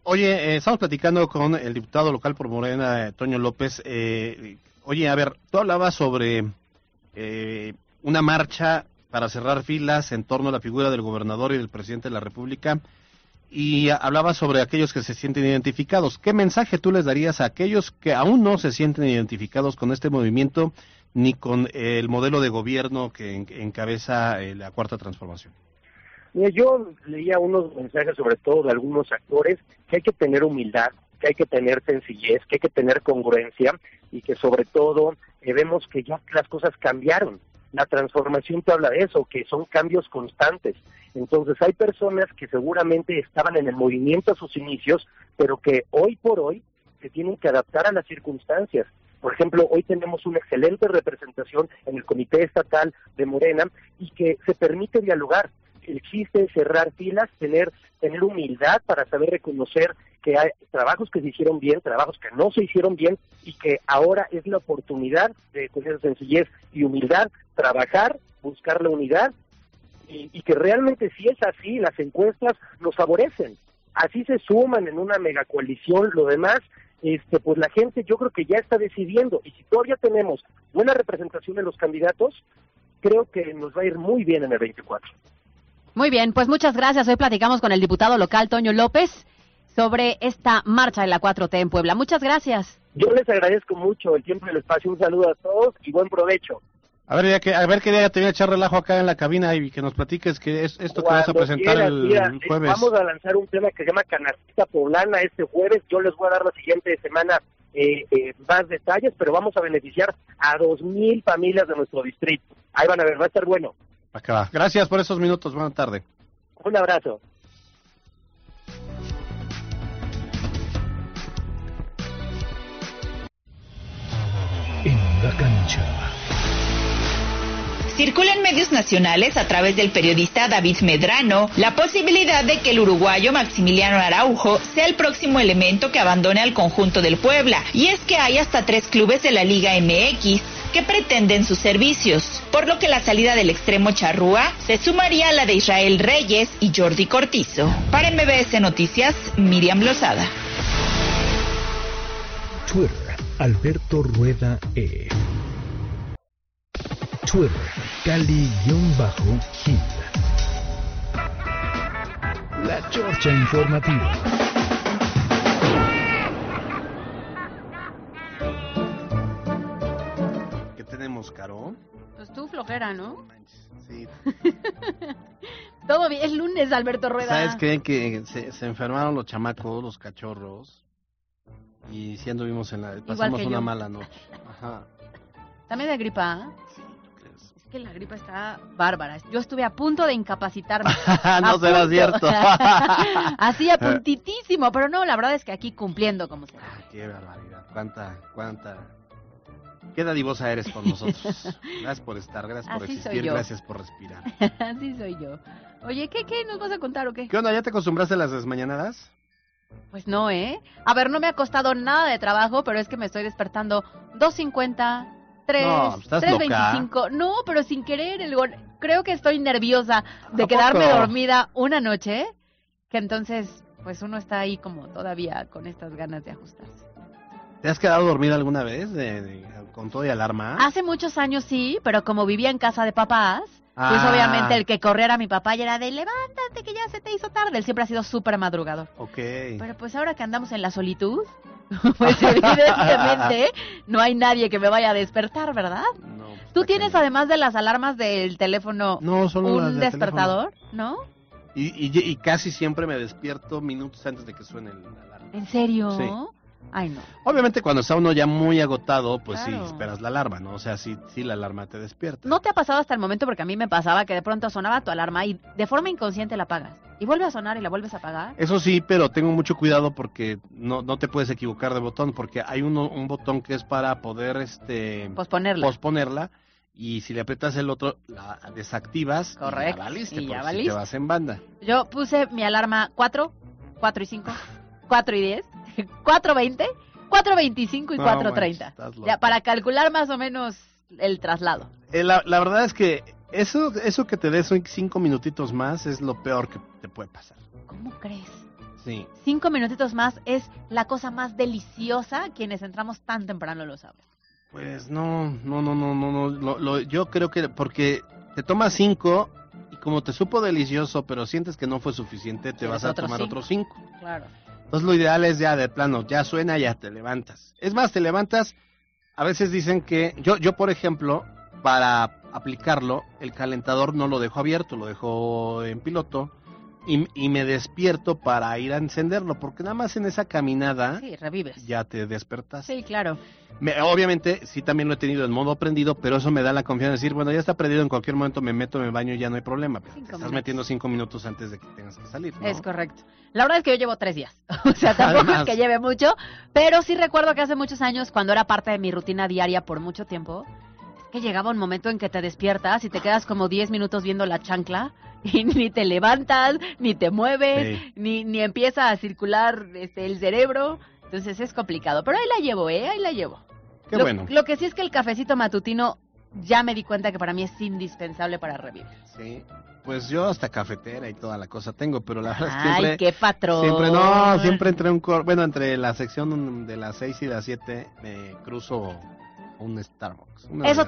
S5: Oye, estamos platicando con el diputado local por Morena, Toño López. Oye, a ver, tú hablabas sobre una marcha para cerrar filas en torno a la figura del gobernador y del presidente de la República, y hablabas sobre aquellos que se sienten identificados. ¿Qué mensaje tú les darías a aquellos que aún no se sienten identificados con este movimiento ni con el modelo de gobierno que encabeza la Cuarta Transformación?
S15: Mira, yo leía unos mensajes, sobre todo de algunos actores, que hay que tener humildad, que hay que tener sencillez, que hay que tener congruencia y que sobre todo vemos que ya las cosas cambiaron. La transformación te habla de eso, que son cambios constantes. Entonces hay personas que seguramente estaban en el movimiento a sus inicios, pero que hoy por hoy se tienen que adaptar a las circunstancias. Por ejemplo, hoy tenemos una excelente representación en el Comité Estatal de Morena y que se permite dialogar. Existe cerrar filas, tener humildad para saber reconocer que hay trabajos que se hicieron bien, trabajos que no se hicieron bien y que ahora es la oportunidad de, con esa sencillez y humildad, trabajar, buscar la unidad y que realmente si es así, las encuestas nos favorecen. Así se suman en una megacoalición, lo demás, pues la gente yo creo que ya está decidiendo y si todavía tenemos buena representación de los candidatos, creo que nos va a ir muy bien en el 24.
S8: Muy bien, pues muchas gracias. Hoy platicamos con el diputado local Toño López sobre esta marcha de la 4T en Puebla. Muchas gracias.
S15: Yo les agradezco mucho el tiempo y el espacio. Un saludo a todos y buen provecho.
S5: A ver qué día te voy a echar relajo acá en la cabina y que nos platiques que es esto que vas a presentar el jueves.
S15: Vamos a lanzar un tema que se llama Canastita Poblana este jueves. Yo les voy a dar la siguiente semana más detalles, pero vamos a beneficiar a 2,000 familias de nuestro distrito. Ahí van a ver, va a estar bueno.
S5: Acá va. Gracias por esos minutos. Buena tarde.
S15: Un abrazo.
S13: En la cancha.
S14: Circula en medios nacionales a través del periodista David Medrano la posibilidad de que el uruguayo Maximiliano Araujo sea el próximo elemento que abandone al conjunto del Puebla. Y es que hay hasta 3 clubes de la Liga MX que pretenden sus servicios, por lo que la salida del extremo charrúa se sumaría a la de Israel Reyes y Jordi Cortizo. Para MBS Noticias, Miriam Lozada.
S13: Twitter, Alberto Rueda E. Twitter, Cali-Gil. La Chorcha Informativa.
S5: ¿Qué tenemos, Caro?
S8: Pues tú flojera, ¿no?
S5: Sí.
S8: Todo bien, es lunes, Alberto Rueda.
S5: ¿Sabes qué? Que se enfermaron los chamacos, los cachorros, y sí anduvimos pasamos una mala noche. Ajá.
S8: ¿También de gripa? Sí, ¿tú crees? Es que la gripa está bárbara. Yo estuve a punto de incapacitarme.
S5: No será cierto.
S8: Así a puntitísimo, pero no, la verdad es que aquí cumpliendo como sea.
S5: Qué barbaridad. Cuánta... Qué dadivosa eres con nosotros. Gracias por estar, gracias por existir, gracias por respirar.
S8: Así soy yo. Oye, ¿qué nos vas a contar o qué?
S5: ¿Qué onda? ¿Ya te acostumbraste a las desmañanadas?
S8: Pues no, ¿eh? A ver, no me ha costado nada de trabajo, pero es que me estoy despertando 2:50, 3,
S5: no,
S8: 3:25. No, pero sin querer, creo que estoy nerviosa de quedarme dormida una noche, que entonces, pues uno está ahí como todavía con estas ganas de ajustarse.
S5: ¿Te has quedado dormida alguna vez con todo y alarma?
S8: Hace muchos años sí, pero como vivía en casa de papás, pues obviamente el que corriera a mi papá y era de levántate que ya se te hizo tarde. Él siempre ha sido súper madrugador.
S5: Ok.
S8: Pero pues ahora que andamos en la solitud, pues evidentemente no hay nadie que me vaya a despertar, ¿verdad?
S5: No. Pues
S8: ¿Tú tienes además de las alarmas del teléfono un despertador,
S5: teléfono. ¿No? Y casi siempre me despierto minutos antes de que suene la alarma.
S8: ¿En serio?
S5: Sí.
S8: Ay, no.
S5: Obviamente cuando está uno ya muy agotado, pues claro. Sí, esperas la alarma, ¿no? O sea, sí la alarma te despierta.
S8: ¿No te ha pasado hasta el momento? Porque a mí me pasaba que de pronto sonaba tu alarma y de forma inconsciente la apagas. Y vuelve a sonar y la vuelves a apagar.
S5: Eso sí, pero tengo mucho cuidado porque no te puedes equivocar de botón, porque hay un botón que es para poder posponerla. Y si le aprietas el otro, la desactivas.
S8: Correcto.
S5: Y ya valiste, te vas en banda.
S8: Yo puse mi alarma 4, 4 y 5, 4 y 10, 4:20, 4:25 y 4:30. Ya, para calcular más o menos el traslado.
S5: La verdad es que eso que te des 5 minutitos más es lo peor que te puede pasar.
S8: ¿Cómo crees?
S5: Sí.
S8: 5 minutitos más es la cosa más deliciosa. Quienes entramos tan temprano lo saben.
S5: Pues no. Yo creo que porque te tomas 5 y como te supo delicioso, pero sientes que no fue suficiente, te vas a tomar otros 5.
S8: Claro.
S5: Entonces lo ideal es ya de plano, ya suena, ya te levantas. Es más, te levantas, a veces dicen que, yo por ejemplo, para aplicarlo, el calentador no lo dejo abierto, lo dejo en piloto y me despierto para ir a encenderlo, porque nada más en esa caminada
S8: Sí, revives.
S5: ya te despertas.
S8: Sí, claro.
S5: Obviamente, sí también lo he tenido en modo prendido, pero eso me da la confianza de decir, bueno, ya está prendido, en cualquier momento me meto, me baño y ya no hay problema. Pero te estás
S8: minutos.
S5: metiendo 5 minutos antes de que tengas que salir, ¿no?
S8: Es correcto. La verdad es que yo llevo 3 días. O sea, tampoco
S5: Además.
S8: es que lleve mucho, pero sí recuerdo que hace muchos años, cuando era parte de mi rutina diaria por mucho tiempo, que llegaba un momento en que te despiertas y te quedas como 10 minutos viendo la chancla y ni te levantas, ni te mueves,
S5: Sí.
S8: ni empieza a circular el cerebro. Entonces es complicado. Pero ahí la llevo, ahí la llevo.
S5: Qué bueno.
S8: Lo que sí es que el cafecito matutino ya me di cuenta que para mí es indispensable para revivir.
S5: Sí, pues yo hasta cafetera y toda la cosa tengo, pero la verdad es que
S8: Ay,
S5: siempre...
S8: qué patrón.
S5: Siempre entre entre la sección de las 6 y las 7 me cruzo un Starbucks.
S8: Eso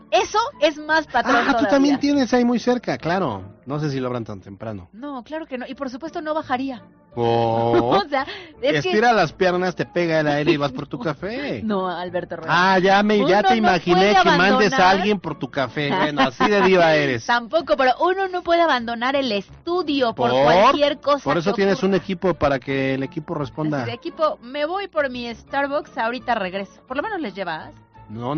S8: es más patrón
S5: Ah, tú
S8: todavía.
S5: también tienes ahí muy cerca, claro. No sé si lo abran tan temprano.
S8: No, claro que no. Y por supuesto no bajaría.
S5: Oh,
S8: O sea, es
S5: estira
S8: que...
S5: las piernas, te pega el aire y vas por tu café.
S8: No, Alberto Rueda.
S5: Ah, ya
S8: Uno
S5: te
S8: no
S5: imaginé
S8: puede
S5: que mandes a
S8: abandonar.
S5: alguien por tu café. Bueno, así de diva eres.
S8: Tampoco, pero uno no puede abandonar el estudio por cualquier cosa.
S5: Por eso
S8: que
S5: tienes
S8: ocurra.
S5: un equipo para que el equipo responda.
S8: Así de equipo, me voy por mi Starbucks, ahorita regreso. Por lo menos les llevas.
S5: No,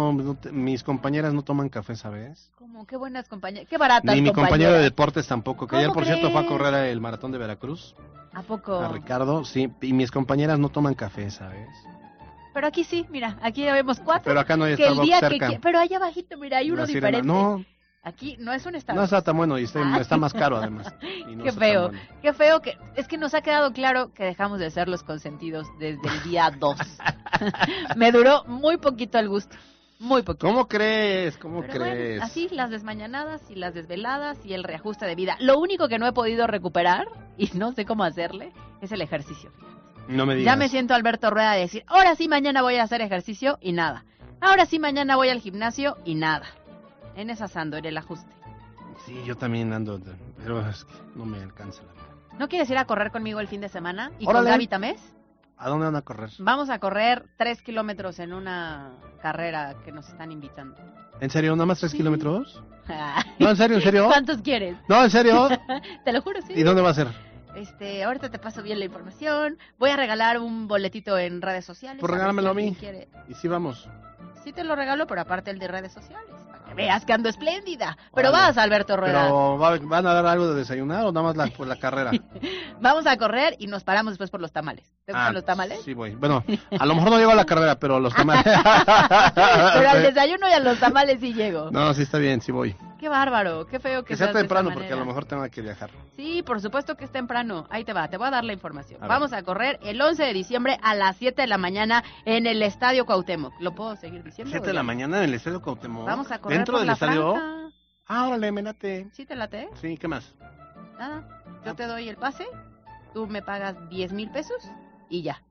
S5: mis compañeras no toman café, ¿sabes?
S8: Como qué buenas compañeras, qué baratas
S5: Ni mi
S8: compañeras.
S5: compañero de deportes tampoco, que ayer
S8: ¿Cómo
S5: por cierto fue a
S8: crees?
S5: correr el maratón de Veracruz,
S8: ¿A poco?
S5: a Ricardo, sí, y mis compañeras no toman café, ¿sabes?
S8: Pero aquí sí, mira, aquí ya vemos 4.
S5: Pero acá no hay
S8: que el
S5: Starbucks
S8: día
S5: cerca.
S8: pero allá abajito, mira, hay uno
S5: La Sirena.
S8: diferente.
S5: No,
S8: Aquí no es un
S5: no
S8: Starbucks.
S5: está tan bueno y está más caro además. Y no
S8: Qué
S5: está tan
S8: feo,
S5: bueno.
S8: qué feo que... Es que nos ha quedado claro que dejamos de ser los consentidos desde el día 2. Me duró muy poquito el gusto, muy poquito.
S5: ¿Cómo crees? ¿Cómo
S8: Pero
S5: crees?
S8: bueno, así las desmañanadas y las desveladas y el reajuste de vida. Lo único que no he podido recuperar, y no sé cómo hacerle, es el ejercicio.
S5: No me digas.
S8: Ya me siento Alberto Rueda de decir, ahora sí mañana voy a hacer ejercicio y nada. Ahora sí mañana voy al gimnasio y nada. En esas ando, en el ajuste.
S5: Sí, yo también ando, pero es que no me alcanza la vida.
S8: ¿No quieres ir a correr conmigo el fin de semana? ¿Y
S5: Órale.
S8: con Gaby Tamés?
S5: ¿A dónde van a correr?
S8: Vamos a correr 3 kilómetros en una carrera que nos están invitando.
S5: ¿En serio? ¿Nada más 3 kilómetros? No, ¿en serio? ¿En serio?
S8: ¿Cuántos quieres?
S5: No, ¿en serio?
S8: Te lo juro, sí.
S5: ¿Y dónde va a ser?
S8: Ahorita te paso bien la información. Voy a regalar un boletito en redes sociales.
S5: Pues
S8: ver
S5: regálamelo
S8: si
S5: a mí.
S8: alguien quiere.
S5: Y sí vamos.
S8: Sí te lo regalo, pero aparte el de redes sociales. Para que veas que ando espléndida. Pero
S5: Órale.
S8: vas, Alberto Rueda.
S5: ¿Pero van a dar algo de desayunar o nada más por la carrera?
S8: Vamos a correr y nos paramos después por los tamales. ¿Te gustan los tamales?
S5: Sí, voy. Bueno, a lo mejor no llego a la carrera, pero los tamales...
S8: Pero al desayuno y a los tamales sí llego.
S5: No, sí está bien, sí voy.
S8: Qué bárbaro, qué feo que
S5: Que sea
S8: seas de esa
S5: temprano, porque a
S8: manera.
S5: lo mejor tengo que viajar.
S8: Sí, por supuesto que es temprano. Ahí te va, te voy a dar la información.
S5: A ver.
S8: Vamos a correr el 11 de diciembre a las 7 de la mañana en el Estadio Cuauhtémoc. ¿Lo puedo seguir diciendo?
S5: 7 de la mañana en el Estadio Cuauhtémoc.
S8: Vamos a correr
S5: ¿Dentro
S8: por
S5: del
S8: la
S5: estadio?
S8: franja.
S5: Ah, órale, me late.
S8: ¿Sí te late?
S5: Sí, ¿qué más?
S8: Nada, yo te doy el pase, tú me pagas 10,000 pesos y ya.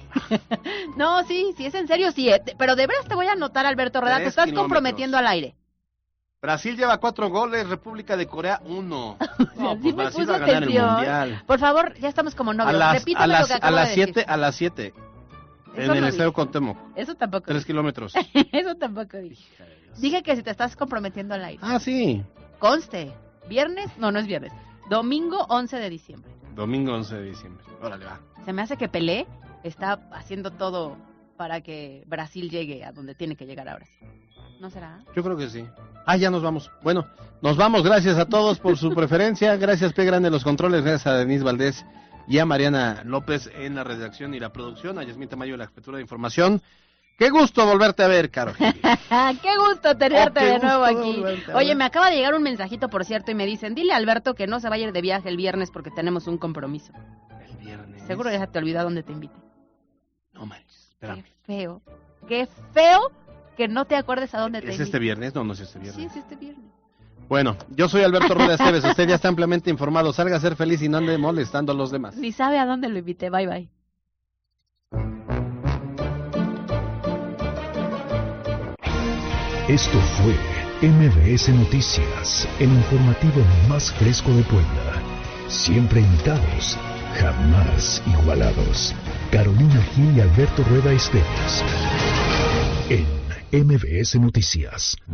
S8: No, sí es en serio, sí. Pero de veras te voy a anotar, Alberto Rueda, te
S5: 3
S8: estás
S5: kilómetros.
S8: comprometiendo al aire.
S5: Brasil lleva 4 goles, República de Corea 1. No,
S8: Sí
S5: pues
S8: me
S5: Brasil
S8: puso
S5: va a ganar el
S8: atención.
S5: Mundial.
S8: Por favor, ya estamos como novios.
S5: A
S8: Repítame lo que acabo de decir.
S5: a las 7.
S8: Eso
S5: En
S8: no
S5: el
S8: dije.
S5: Estadio Cuauhtémoc.
S8: Eso tampoco
S5: 3
S8: dije.
S5: kilómetros.
S8: Eso tampoco dije. Dije que si te estás comprometiendo al aire.
S5: Ah, sí.
S8: Conste, viernes, no es viernes, domingo 11 de diciembre.
S5: Domingo 11 de diciembre. Órale, va.
S8: Se me hace que Pelé está haciendo todo para que Brasil llegue a donde tiene que llegar ahora sí. ¿No será?
S5: Yo creo que sí. Ah, ya nos vamos. Bueno, nos vamos. Gracias a todos por su preferencia. Gracias, P. Grande, los controles. Gracias a Denise Valdés y a Mariana López en la redacción y la producción. A Yasmín Tamayo en la jefatura de información. Qué gusto volverte a ver, Caro.
S8: Qué gusto tenerte
S5: qué
S8: de nuevo
S5: gusto
S8: aquí.
S5: volverte a
S8: Oye,
S5: ver.
S8: me acaba de llegar un mensajito, por cierto, y me dicen, dile a Alberto que no se vaya a ir de viaje el viernes porque tenemos un compromiso.
S5: El viernes.
S8: Seguro ya te olvidó a dónde te invite.
S5: No manches, espérame.
S8: Qué feo que no te acuerdes a dónde te
S5: ¿Es
S8: invite.
S5: este viernes? No, no es este viernes.
S8: Sí, es este viernes.
S5: Bueno, yo soy Alberto Rueda Esteves, usted ya está ampliamente informado. Salga a ser feliz y no ande molestando a los demás.
S8: Ni sabe a dónde lo invité. Bye, bye.
S13: Esto fue MBS Noticias, el informativo más fresco de Puebla. Siempre invitados, jamás igualados. Carolina Gil y Alberto Rueda Esteves en MBS Noticias.